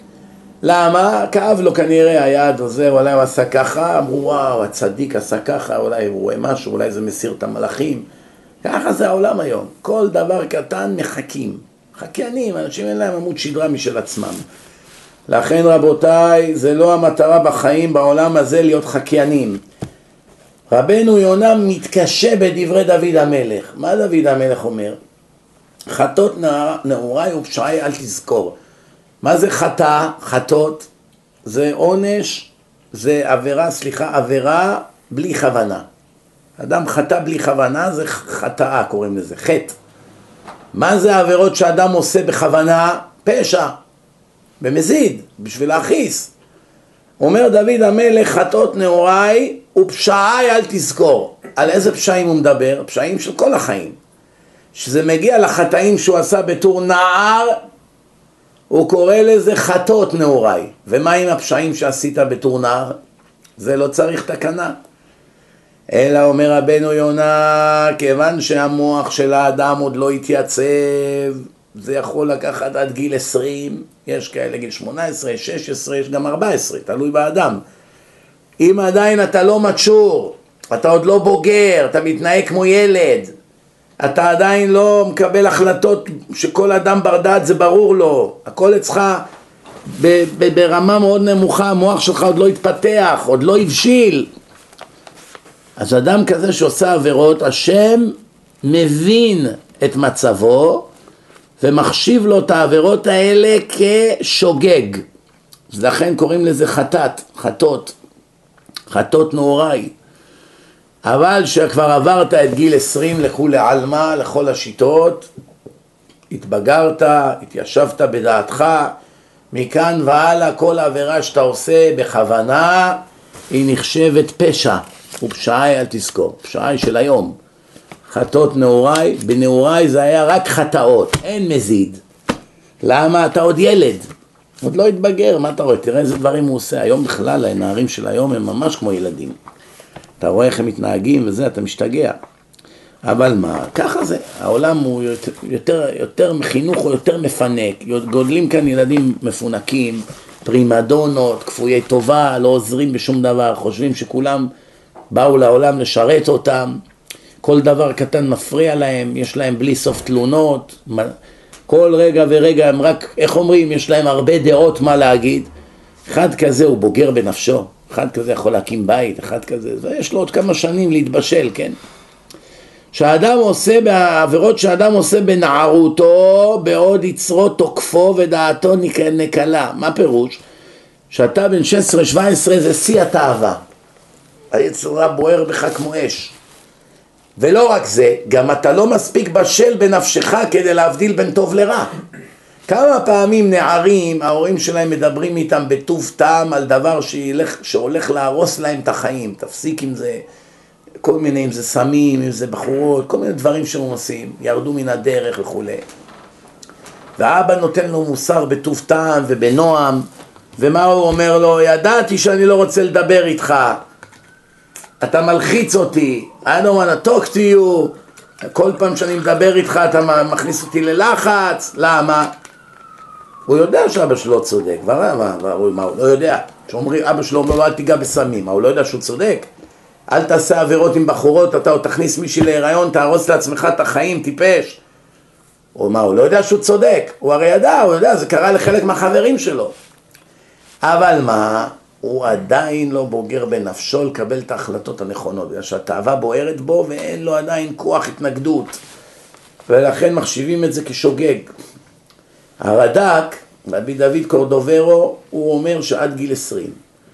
A: למה? כאב לו כנראה היד או זה, אולי הוא עשה ככה, אמרו וואו, הצדיק עשה ככה, אולי הוא רואה משהו, אולי זה מסיר את המלאכים. ככה זה העולם היום. כל דבר קטן מחכים. חקיינים, אנשים אין להם עמוד שדרה משל עצמם. לכן רבותיי, זה לא המטרה בחיים בעולם הזה להיות חקיינים. רבנו יונה מתקשה בדברי דוד המלך. מה דוד המלך אומר? חטות נעוריי ופשעי אל תזכור. מה זה חטא? חטות זה עונש, זה עבירה, סליחה, עבירה בלי כוונה. אדם חטא בלי כוונה זה חטאה, קוראים לזה, חטא. מה זה העבירות שאדם עושה בכוונה? פשע, במזיד, בשביל להכיס. אומר דוד המלך, חטות נעוריי ופשעי אל תזכור. על איזה פשעים הוא מדבר? פשעים של כל החיים. שזה מגיע לחטאים שהוא עשה בתור נער, הוא קורא לזה חטות נעוריי. ומה עם הפשעים שעשית בתור נער? זה לא צריך תקנה. אלא אומר רבנו יונה, כיוון שהמוח של האדם עוד לא התייצב, זה יכול לקחת עד גיל עשרים, יש כאלה גיל שמונה עשרה, שש עשרה, יש גם ארבע עשרה, תלוי באדם. אם עדיין אתה לא מצ'ור, אתה עוד לא בוגר, אתה מתנהג כמו ילד, אתה עדיין לא מקבל החלטות שכל אדם בר דעת זה ברור לו, הכל אצלך ב- ב- ברמה מאוד נמוכה, המוח שלך עוד לא התפתח, עוד לא הבשיל. אז אדם כזה שעושה עבירות, השם מבין את מצבו ומחשיב לו את העבירות האלה כשוגג. אז לכן קוראים לזה חטאת, חטאות, חטאות נעוריי. אבל שכבר עברת את גיל עשרים לכולי עלמא, לכל השיטות, התבגרת, התיישבת בדעתך, מכאן והלאה כל עבירה שאתה עושה בכוונה היא נחשבת פשע, ופשעי אל תזכור, פשעי של היום. חטאות נעוריי, בנעוריי זה היה רק חטאות, אין מזיד. למה? אתה עוד ילד, עוד לא התבגר, מה אתה רואה? תראה איזה דברים הוא עושה. היום בכלל, הנערים של היום הם ממש כמו ילדים. אתה רואה איך הם מתנהגים וזה, אתה משתגע. אבל מה, ככה זה, העולם הוא יותר, יותר, יותר מחינוך, הוא יותר מפנק, גודלים כאן ילדים מפונקים, פרימדונות, כפויי טובה, לא עוזרים בשום דבר, חושבים שכולם באו לעולם לשרת אותם, כל דבר קטן מפריע להם, יש להם בלי סוף תלונות, כל רגע ורגע הם רק, איך אומרים, יש להם הרבה דעות מה להגיד. אחד כזה הוא בוגר בנפשו, אחד כזה יכול להקים בית, אחד כזה, ויש לו עוד כמה שנים להתבשל, כן? שהאדם עושה בעבירות שהאדם עושה בנערותו, בעוד יצרו תוקפו ודעתו נקלה. מה פירוש? שאתה בן שש עשרה שבע עשרה זה שיא התאווה, היצרה בוער בך כמו אש. ולא רק זה, גם אתה לא מספיק בשל בנפשך כדי להבדיל בין טוב לרע. כמה פעמים נערים, ההורים שלהם מדברים איתם בטוב טעם על דבר שילך, שהולך להרוס להם את החיים. תפסיק עם זה, כל מיני, אם זה סמים, אם זה בחורות, כל מיני דברים שהם עושים, ירדו מן הדרך וכו'. והאבא נותן לו מוסר בטוב טעם ובנועם, ומה הוא אומר לו? ידעתי שאני לא רוצה לדבר איתך, אתה מלחיץ אותי, I don't want to talk to you, כל פעם שאני מדבר איתך אתה מכניס אותי ללחץ. למה? הוא יודע שאבא שלו צודק, מה, מה, מה, מה הוא לא יודע? שאומרים, אבא שלו אומר לו אל תיגע בסמים, מה הוא לא יודע שהוא צודק? אל תעשה עבירות עם בחורות, אתה עוד תכניס מישהי להיריון, תהרוס לעצמך את החיים, טיפש. הוא מה, הוא לא יודע שהוא צודק, הוא הרי ידע, הוא יודע, זה קרה לחלק מהחברים שלו. אבל מה? הוא עדיין לא בוגר בנפשו לקבל את ההחלטות הנכונות, בגלל שהתאווה בוערת בו ואין לו עדיין כוח התנגדות, ולכן מחשיבים את זה כשוגג. הרד"ק, רבי דוד קורדוברו, הוא אומר שעד גיל עשרים.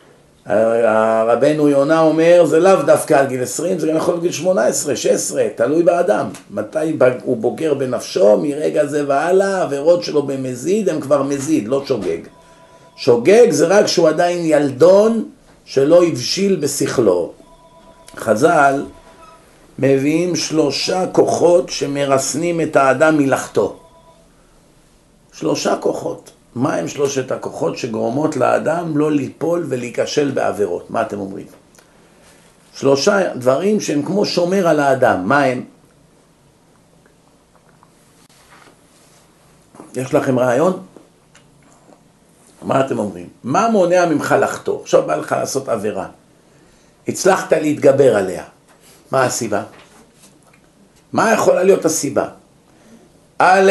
A: הרבנו יונה אומר זה לאו דווקא עד גיל עשרים, זה גם יכול להיות גיל שמונה עשרה, שש עשרה, תלוי באדם. מתי הוא בוגר בנפשו, מרגע זה והלאה, העבירות שלו במזיד הם כבר מזיד, לא שוגג. שוגג זה רק שהוא עדיין ילדון שלא הבשיל בשכלו. חז"ל מביאים שלושה כוחות שמרסנים את האדם מלאכתו. שלושה כוחות. מה הם שלושת הכוחות שגורמות לאדם לא ליפול ולהיכשל בעבירות? מה אתם אומרים? שלושה דברים שהם כמו שומר על האדם. מה הם? יש לכם רעיון? מה אתם אומרים? מה מונע ממך לחתור? עכשיו בא לך לעשות עבירה. הצלחת להתגבר עליה. מה הסיבה? מה יכולה להיות הסיבה? א',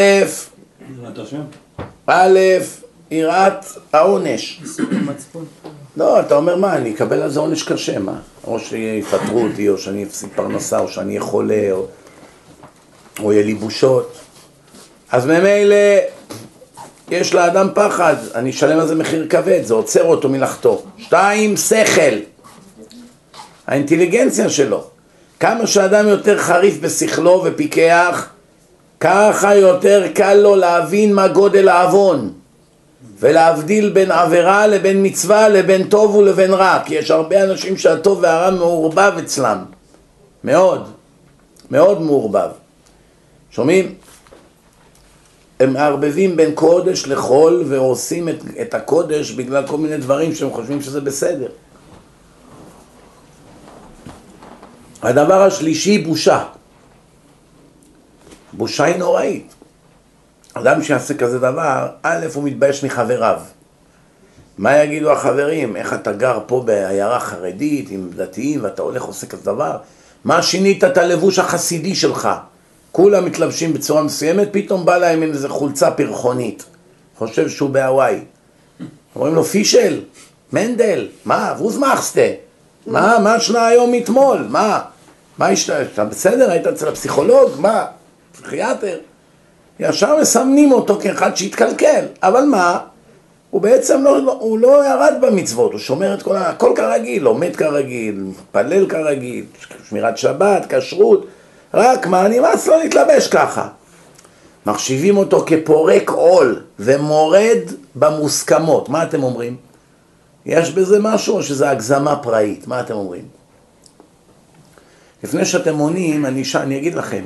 A: א', יראת העונש. לא, אתה אומר מה, אני אקבל על זה עונש קשה, מה? או שיפטרו אותי, או שאני אפסיד פרנסה, או שאני אהיה חולה, או, או יהיה לי בושות. אז ממילא יש לאדם פחד, אני אשלם על זה מחיר כבד, זה עוצר אותו מלחתור. שתיים, שכל. האינטליגנציה שלו. כמה שאדם יותר חריף בשכלו ופיקח, ככה יותר קל לו להבין מה גודל העוון, ולהבדיל בין עבירה לבין מצווה, לבין טוב ולבין רע, כי יש הרבה אנשים שהטוב והרע מעורבב אצלם. מאוד, מאוד מעורבב. שומעים? הם מערבבים בין קודש לחול ועושים את, את הקודש בגלל כל מיני דברים שהם חושבים שזה בסדר. הדבר השלישי, בושה. בושה היא נוראית. אדם שיעשה כזה דבר, א' הוא מתבייש מחבריו. מה יגידו החברים? איך אתה גר פה בעיירה חרדית עם דתיים ואתה הולך עושה כזה דבר? מה שינית את הלבוש החסידי שלך? כולם מתלבשים בצורה מסוימת, פתאום בא להם עם איזה חולצה פרחונית. חושב שהוא בהוואי. אומרים לו, פישל, מנדל, מה? ווס מחסטה? מה? מה שנה היום מתמול? מה? מה השתת? אתה בסדר? היית אצל הפסיכולוג? מה? פסיכיאטר? ישר מסמנים אותו כאחד שהתקלקל. אבל מה? הוא בעצם לא, הוא לא ירד במצוות, הוא שומר את כל, הכל כרגיל, לומד כרגיל, פלל כרגיל, שמירת שבת, כשרות, רק מה, נמאס לו להתלבש ככה. מחשיבים אותו כפורק עול ומורד במוסכמות. מה אתם אומרים? יש בזה משהו או שזה הגזמה פראית? מה אתם אומרים? לפני שאתם עונים, אני, ש... אני אגיד לכם,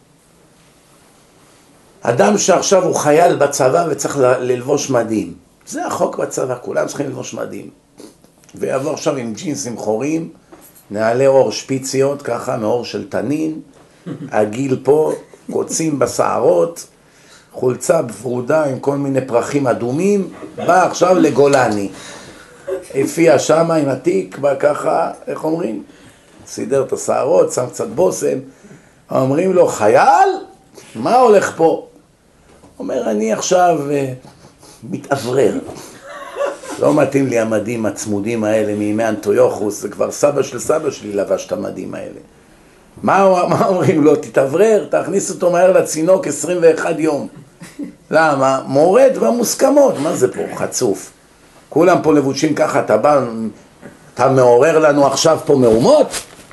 A: אדם שעכשיו הוא חייל בצבא וצריך ל... ללבוש מדים, זה החוק בצבא, כולם צריכים ללבוש מדים. ויעבור עכשיו עם ג'ינסים חורים, נעלי אור שפיציות, ככה, מאור של תנין, הגיל פה, קוצים בשערות, חולצה בפרודה עם כל מיני פרחים אדומים, בא עכשיו לגולני. הפיע שמה עם התיק, בא ככה, איך אומרים? סידר את השערות, שם קצת בוסם, אומרים לו, חייל? מה הולך פה? אומר, אני עכשיו uh, מתאוורר. לא מתאים לי המדים הצמודים האלה מימי אנטויוכוס, זה כבר סבא של סבא שלי לבש את המדים האלה. מה, מה אומרים לו? תתאוורר, תכניס אותו מהר לצינוק עשרים ואחד יום. למה? מורד במוסכמות. מה זה פה? חצוף. כולם פה לבושים ככה, אתה בא, אתה מעורר לנו עכשיו פה מהומות?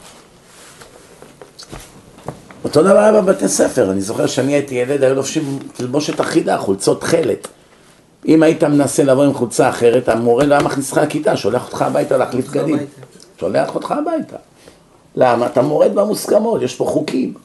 A: אותו דבר היה בבתי ספר. אני זוכר שאני הייתי ילד, היו לובשים תלבושת אחידה, חולצות תכלת. אם היית מנסה לבוא עם חולצה אחרת, המורה לא היה מכניס לך לכיתה, שולח אותך הביתה להחליף בגדים. שולח אותך הביתה. למה? אתה מורד במוסכמות, יש פה חוקים.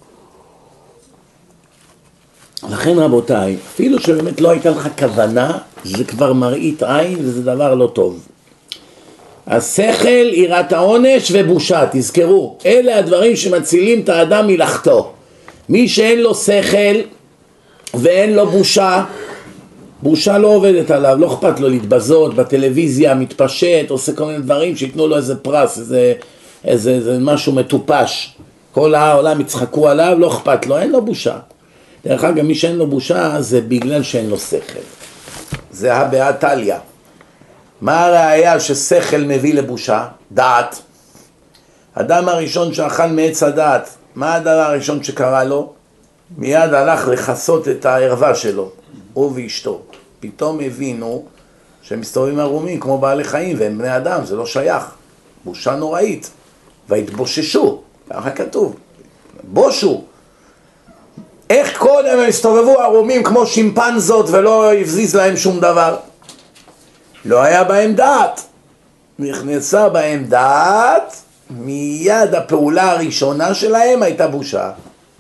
A: לכן רבותיי, אפילו שבאמת לא הייתה לך כוונה, זה כבר מראית עין וזה דבר לא טוב. השכל, יראת העונש ובושה, תזכרו, אלה הדברים שמצילים את האדם מלחטוא. מי שאין לו שכל ואין לו בושה, בושה לא עובדת עליו, לא אכפת לו להתבזות בטלוויזיה, מתפשט, עושה כל מיני דברים שיתנו לו איזה פרס, איזה, איזה, איזה משהו מטופש. כל העולם יצחקו עליו, לא אכפת לו, אין לו בושה. דרך אגב, מי שאין לו בושה זה בגלל שאין לו שכל. זה הבעה טליה. מה הראיה ששכל מביא לבושה? דעת. אדם הראשון שאכל מעץ הדעת, מה הדבר הראשון שקרה לו? מיד הלך לחסות את הערווה שלו, הוא ואשתו. פתאום הבינו שהם מסתובבים ערומים כמו בעלי חיים והם בני אדם, זה לא שייך. בושה נוראית. והתבוששו, ככה כתוב. בושו. איך קודם הם הסתובבו ערומים כמו שימפנזות ולא הבזיז להם שום דבר? לא היה בהם דעת. נכנסה בהם דעת, מיד הפעולה הראשונה שלהם הייתה בושה.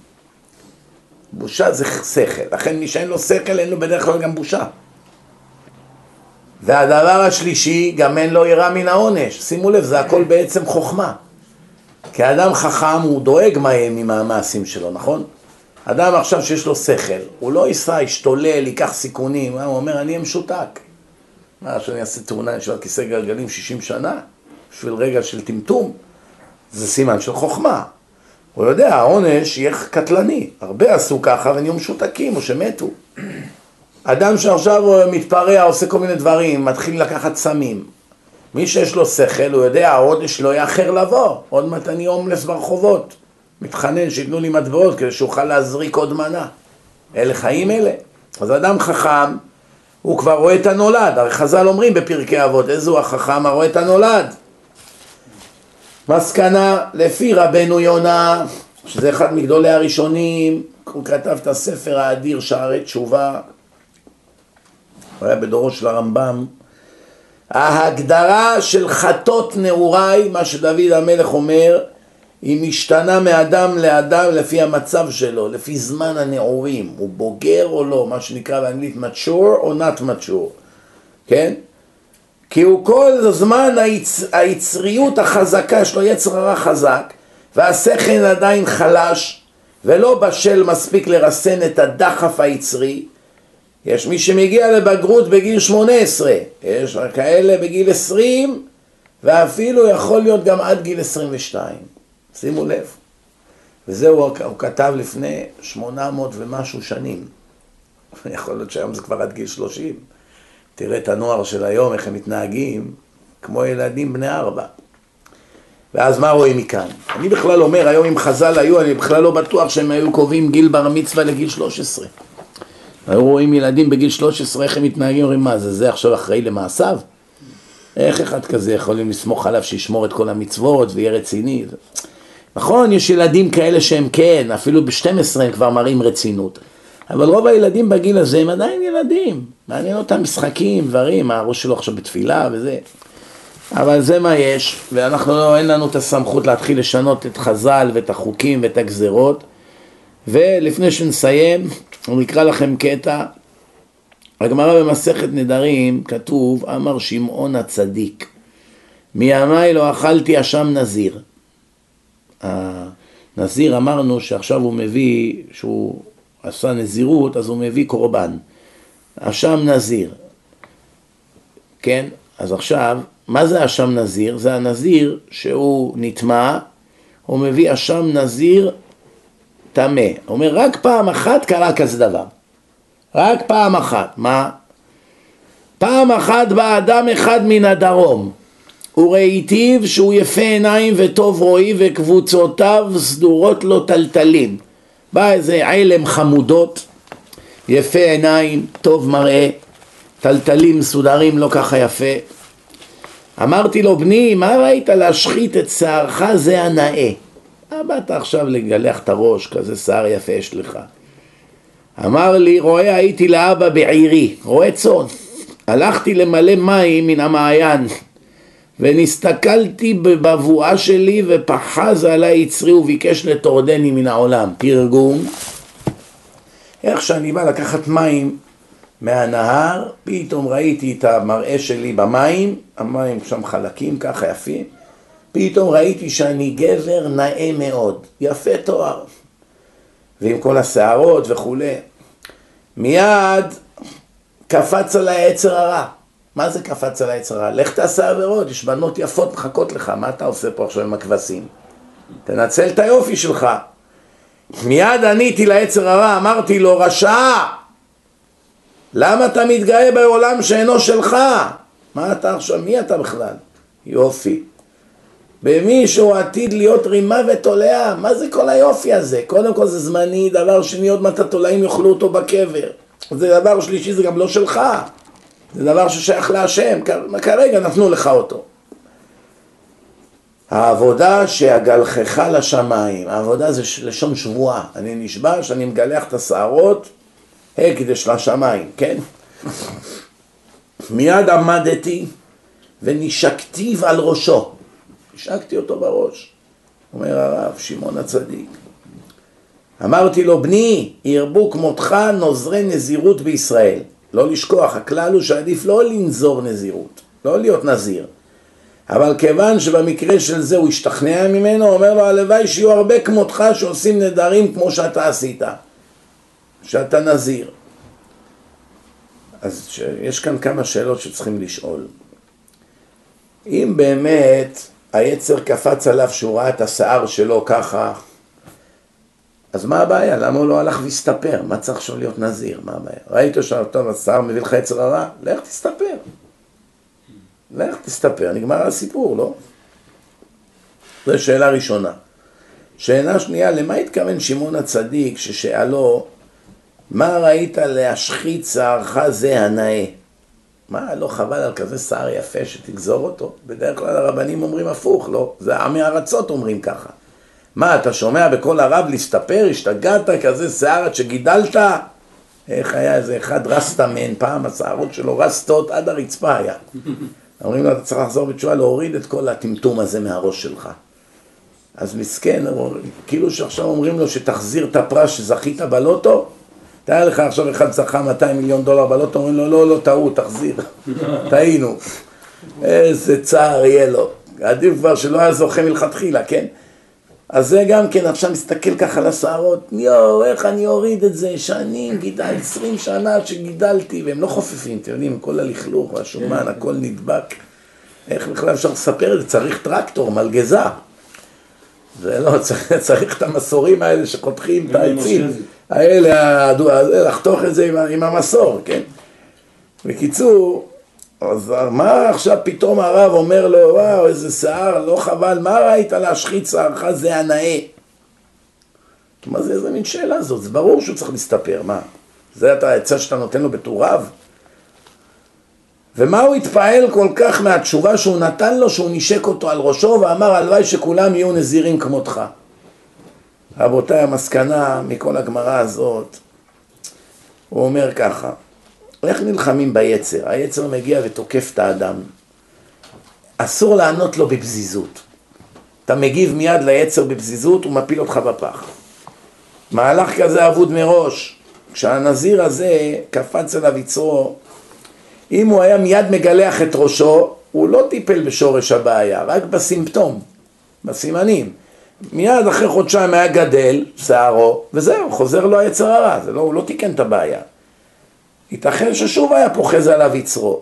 A: בושה זה שכל, לכן מי שאין לו שכל אין לו בדרך כלל גם בושה. והדבר השלישי, גם אין לו יראה מן העונש. שימו לב, זה הכל בעצם חוכמה. כי האדם חכם הוא דואג מה יהיה מהמעשים שלו, נכון? אדם עכשיו שיש לו שכל, הוא לא ייסע, ישתולל, ייקח סיכונים, הוא אומר, אני אהיה משותק. מה, שאני אעשה תאונה, יש לו כיסא גלגלים שישים שנה, בשביל רגע של טמטום, זה סימן של חוכמה. הוא יודע, העונש יהיה קטלני, הרבה עשו ככה ונהיו משותקים או שמתו. אדם שעכשיו מתפרע, עושה כל מיני דברים, מתחיל לקחת סמים. מי שיש לו שכל, הוא יודע, העונש לא יאחר לבוא, עוד מעט אני הומלס ברחובות. מתחנן שיתנו לי מטבעות כדי שאוכל להזריק עוד מנה. אלה חיים אלה. אז אדם חכם, הוא כבר רואה את הנולד. הרי חז"ל אומרים בפרקי אבות, איזו החכם הרואה את הנולד. מסקנה, לפי רבנו יונה, שזה אחד מגדולי הראשונים, הוא כתב את הספר האדיר שערי תשובה, הוא היה בדורו של הרמב"ם, ההגדרה של חטות נעוריי, מה שדוד המלך אומר, היא משתנה מאדם לאדם לפי המצב שלו, לפי זמן הנעורים, הוא בוגר או לא, מה שנקרא באנגלית mature או not mature, כן? כי הוא כל הזמן היצ... היצריות החזקה שלו, יצר הרע חזק, והשכל עדיין חלש, ולא בשל מספיק לרסן את הדחף היצרי, יש מי שמגיע לבגרות בגיל שמונה עשרה, יש כאלה בגיל עשרים, ואפילו יכול להיות גם עד גיל עשרים ושתיים. שימו לב. וזהו הוא כתב לפני שמונה מאות ומשהו שנים. יכול להיות שהיום זה כבר עד גיל שלושים. תראה את הנוער של היום, איך הם מתנהגים, כמו ילדים בני ארבע. ואז מה רואים מכאן? אני בכלל אומר, היום אם חז"ל היו, אני בכלל לא בטוח שהם היו קובעים גיל בר מצווה לגיל שלוש עשרה. היו רואים ילדים בגיל שלוש עשרה, איך הם מתנהגים, אומרים מה, זה זה עכשיו אחראי למעשיו? איך אחד כזה יכולים לסמוך עליו שישמור את כל המצוות ויהיה רציני? נכון, יש ילדים כאלה שהם כן, אפילו ב-שתים עשרה הם כבר מראים רצינות. אבל רוב הילדים בגיל הזה הם עדיין ילדים. מעניין אותם משחקים, דברים, הראש שלו עכשיו בתפילה וזה. אבל זה מה יש, ואנחנו לא, אין לנו את הסמכות להתחיל לשנות את חז"ל ואת החוקים ואת הגזרות. ולפני שנסיים, אני אקרא לכם קטע. הגמרא במסכת נדרים כתוב, אמר שמעון הצדיק, מימיי לא אכלתי אשם נזיר. הנזיר אמרנו שעכשיו הוא מביא, שהוא עשה נזירות, אז הוא מביא קורבן. אשם נזיר. כן? אז עכשיו, מה זה אשם נזיר? זה הנזיר שהוא נטמע, הוא מביא אשם נזיר טמא. הוא אומר, רק פעם אחת קרה כזה דבר. רק פעם אחת. מה? פעם אחת בא אדם אחד מן הדרום. וראיתיו שהוא יפה עיניים וטוב רואי וקבוצותיו סדורות לו טלטלים. בא איזה עלם חמודות, יפה עיניים, טוב מראה, טלטלים מסודרים לא ככה יפה. אמרתי לו, בני, מה ראית להשחית את שערך זה הנאה? מה באת עכשיו לגלח את הראש, כזה שיער יפה יש לך? אמר לי, רואה הייתי לאבא בעירי, רואה צאן. הלכתי למלא מים מן המעיין, ונסתכלתי בבבואה שלי ופחז עליי יצרי וביקש לטורדני מן העולם. תרגום, איך שאני בא לקחת מים מהנהר, פתאום ראיתי את המראה שלי במים, המים שם חלקים ככה יפים, פתאום ראיתי שאני גבר נאה מאוד, יפה תואר, ועם כל השערות וכו'. מיד קפץ על היצר הרע. מה זה קפץ על היצר הרע? לך תעשה עבירות, יש בנות יפות מחכות לך, מה אתה עושה פה עכשיו עם הכבשים? תנצל את היופי שלך. מיד עניתי ליצר הרע, אמרתי לו, רשע, למה אתה מתגאה בעולם שאינו שלך? מה אתה עכשיו, מי אתה בכלל? יופי. במי שהוא עתיד להיות רימה ותולעה, מה זה כל היופי הזה? קודם כל זה זמני, דבר שני עוד מעט התולעים יאכלו אותו בקבר. זה דבר שלישי, זה גם לא שלך. זה דבר ששייך להשם, כרגע נתנו לך אותו. העבודה שהגלחך לשמיים, העבודה זה לשון שבועה. אני נשבע שאני מגלח את השערות, הקדש לשמיים, כן? מיד עמדתי ונשקתיו על ראשו. נשקתי אותו בראש. אומר הרב שמעון הצדיק. אמרתי לו, בני, ירבו כמותך נוזרי נזירות בישראל. לא לשכוח, הכלל הוא שעדיף לא לנזור נזירות, לא להיות נזיר. אבל כיוון שבמקרה של זה הוא השתכנע ממנו, אומר לו, הלוואי שיהיו הרבה כמותך שעושים נדרים כמו שאתה עשית, שאתה נזיר. אז יש כאן כמה שאלות שצריכים לשאול. אם באמת היצר קפץ עליו שהוא ראה את השיער שלו ככה, אז מה הבעיה? למה הוא לא הלך והסתפר? מה צריך שהוא להיות נזיר? מה הבעיה? ראית שאתה השיער מביא לך יצר הרע? לך תסתפר. לך תסתפר, נגמר הסיפור, לא? זו שאלה ראשונה. שאלה שנייה, למה התכוון שמעון הצדיק ששאלו, מה ראית להשחית שערך זה הנאה? מה, לא חבל על כזה שיער יפה שתגזור אותו? בדרך כלל הרבנים אומרים הפוך, לא? זה עמי ארצות אומרים ככה. מה, אתה שומע בכל הרב להסתפר, השתגעת, כזה שיער שגידלת? איך היה איזה אחד רסטמן, פעם השערות שלו רסטות עד הרצפה היה. אומרים לו, אתה צריך לחזור בתשובה, להוריד את כל הטמטום הזה מהראש שלך. אז מסכן, כאילו שעכשיו אומרים לו שתחזיר את הפרס שזכית בלוטו, תאר לך עכשיו אחד זכה מאתיים מיליון דולר בלוטו, אומרים לו, לא, לא, טעו, תחזיר, טעינו. איזה צער יהיה לו. עדיף כבר שלא היה זוכה מלכתחילה, כן? אז זה גם כן, עכשיו מסתכל ככה על השערות, יואו, איך אני אוריד את זה, שנים גידל, עשרים שנה שגידלתי, והם לא חופפים, אתם יודעים, כל הלכלוך והשומן, הכל נדבק. איך בכלל אפשר לספר את זה? צריך טרקטור, מלגזה. זה לא, צריך, צריך את המסורים האלה שחותכים את העצים, האלה, לחתוך את זה עם, עם המסור, כן? בקיצור, אז מה עכשיו פתאום הרב אומר לו, וואו, איזה שיער, לא חבל, מה ראית להשחית שערך? זה הנאה. מה זה, איזה מין שאלה הזאת? זה ברור שהוא צריך להסתפר, מה? זה אתה העצה שאתה נותן לו בתור רב? ומה הוא התפעל כל כך מהתשובה שהוא נתן לו, שהוא נשק אותו על ראשו ואמר, הלוואי שכולם יהיו נזירים כמותך. רבותיי, המסקנה מכל הגמרא הזאת, הוא אומר ככה, איך נלחמים ביצר? היצר מגיע ותוקף את האדם. אסור לענות לו בבזיזות. אתה מגיב מיד ליצר בבזיזות, הוא מפיל אותך בפח. מהלך כזה אבוד מראש. כשהנזיר הזה קפץ אליו יצרו, אם הוא היה מיד מגלח את ראשו, הוא לא טיפל בשורש הבעיה, רק בסימפטום, בסימנים. מיד אחרי חודשיים היה גדל, שערו, וזהו, חוזר לו היצר הרע, זה לא, הוא לא תיקן את הבעיה. ייתכן ששוב היה פוחז עליו יצרו.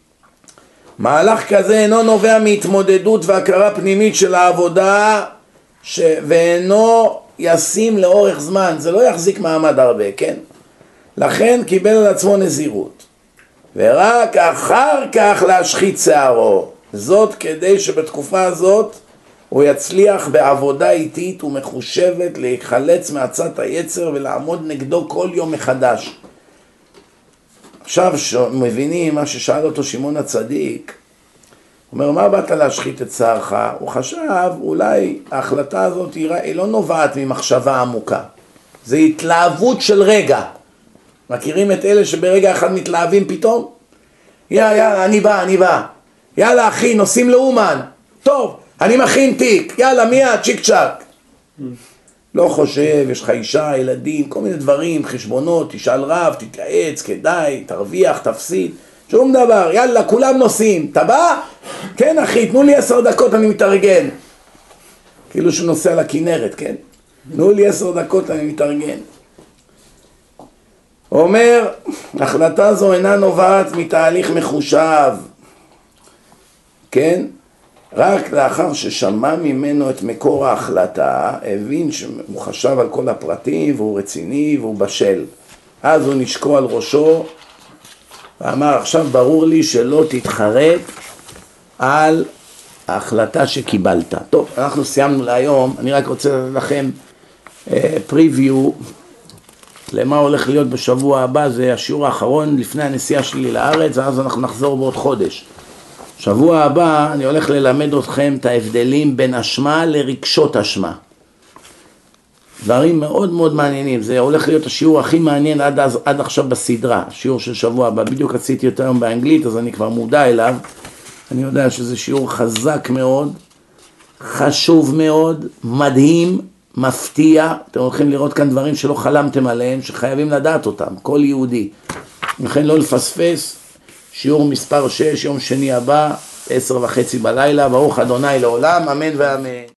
A: מהלך כזה אינו נובע מהתמודדות והכרה פנימית של העבודה, ש... ואינו ישים לאורך זמן, זה לא יחזיק מעמד הרבה, כן? לכן קיבל על עצמו נזירות. ורק אחר כך להשחית שערו. זאת כדי שבתקופה הזאת הוא יצליח בעבודה איטית ומחושבת להיחלץ מעצת היצר ולעמוד נגדו כל יום מחדש. עכשיו מבינים מה ששאל אותו שמעון הצדיק, הוא אומר, מה באת להשחית את שערך? הוא חשב, אולי ההחלטה הזאת היא לא נובעת ממחשבה עמוקה. זה התלהבות של רגע. מכירים את אלה שברגע אחד מתלהבים פתאום? יאללה, יאללה, אני בא, אני בא. יאללה, אחי, נוסעים לאומן. טוב, אני מכין תיק. יאללה, מיד, צ'יק צ'ק. לא חושב, יש לך אישה, ילדים, כל מיני דברים, חשבונות, תשאל רב, תתייעץ, כדאי, תרוויח, תפסיד. שום דבר, יאללה, כולם נוסעים. אתה בא? כן, אחי, תנו לי עשר דקות, אני מתארגן. כאילו שהוא נוסע לכנרת, כן? תנו לי עשר דקות, אני מתארגן. הוא אומר, החלטה זו אינה נובעת מתהליך מחושב, כן? רק לאחר ששמע ממנו את מקור ההחלטה, הבין שהוא חשב על כל הפרטים, והוא רציני והוא בשל. אז הוא נשקו על ראשו, ואמר, עכשיו ברור לי שלא תתחרט על ההחלטה שקיבלת. טוב, אנחנו סיימנו להיום, אני רק רוצה לתת לכם פריוויו, למה הולך להיות בשבוע הבא, זה השיעור האחרון לפני הנסיעה שלי לארץ, ואז אנחנו נחזור בעוד חודש. שבוע הבא אני הולך ללמד אתכם את ההבדלים בין אשמה לרגשות אשמה. דברים מאוד מאוד מעניינים, זה הולך להיות השיעור הכי מעניין עד, אז, עד עכשיו בסדרה, השיעור של שבוע הבא, בדיוק עשיתי יותר היום באנגלית, אז אני כבר מודע אליו, אני יודע שזה שיעור חזק מאוד, חשוב מאוד, מדהים, מפתיע, אתם הולכים לראות כאן דברים שלא חלמתם עליהם, שחייבים לדעת אותם, כל יהודי. לכן לא לפספס, שיעור מספר שש, יום שני הבא, עשר וחצי בלילה, ברוך אדוני לעולם, אמן ואמן.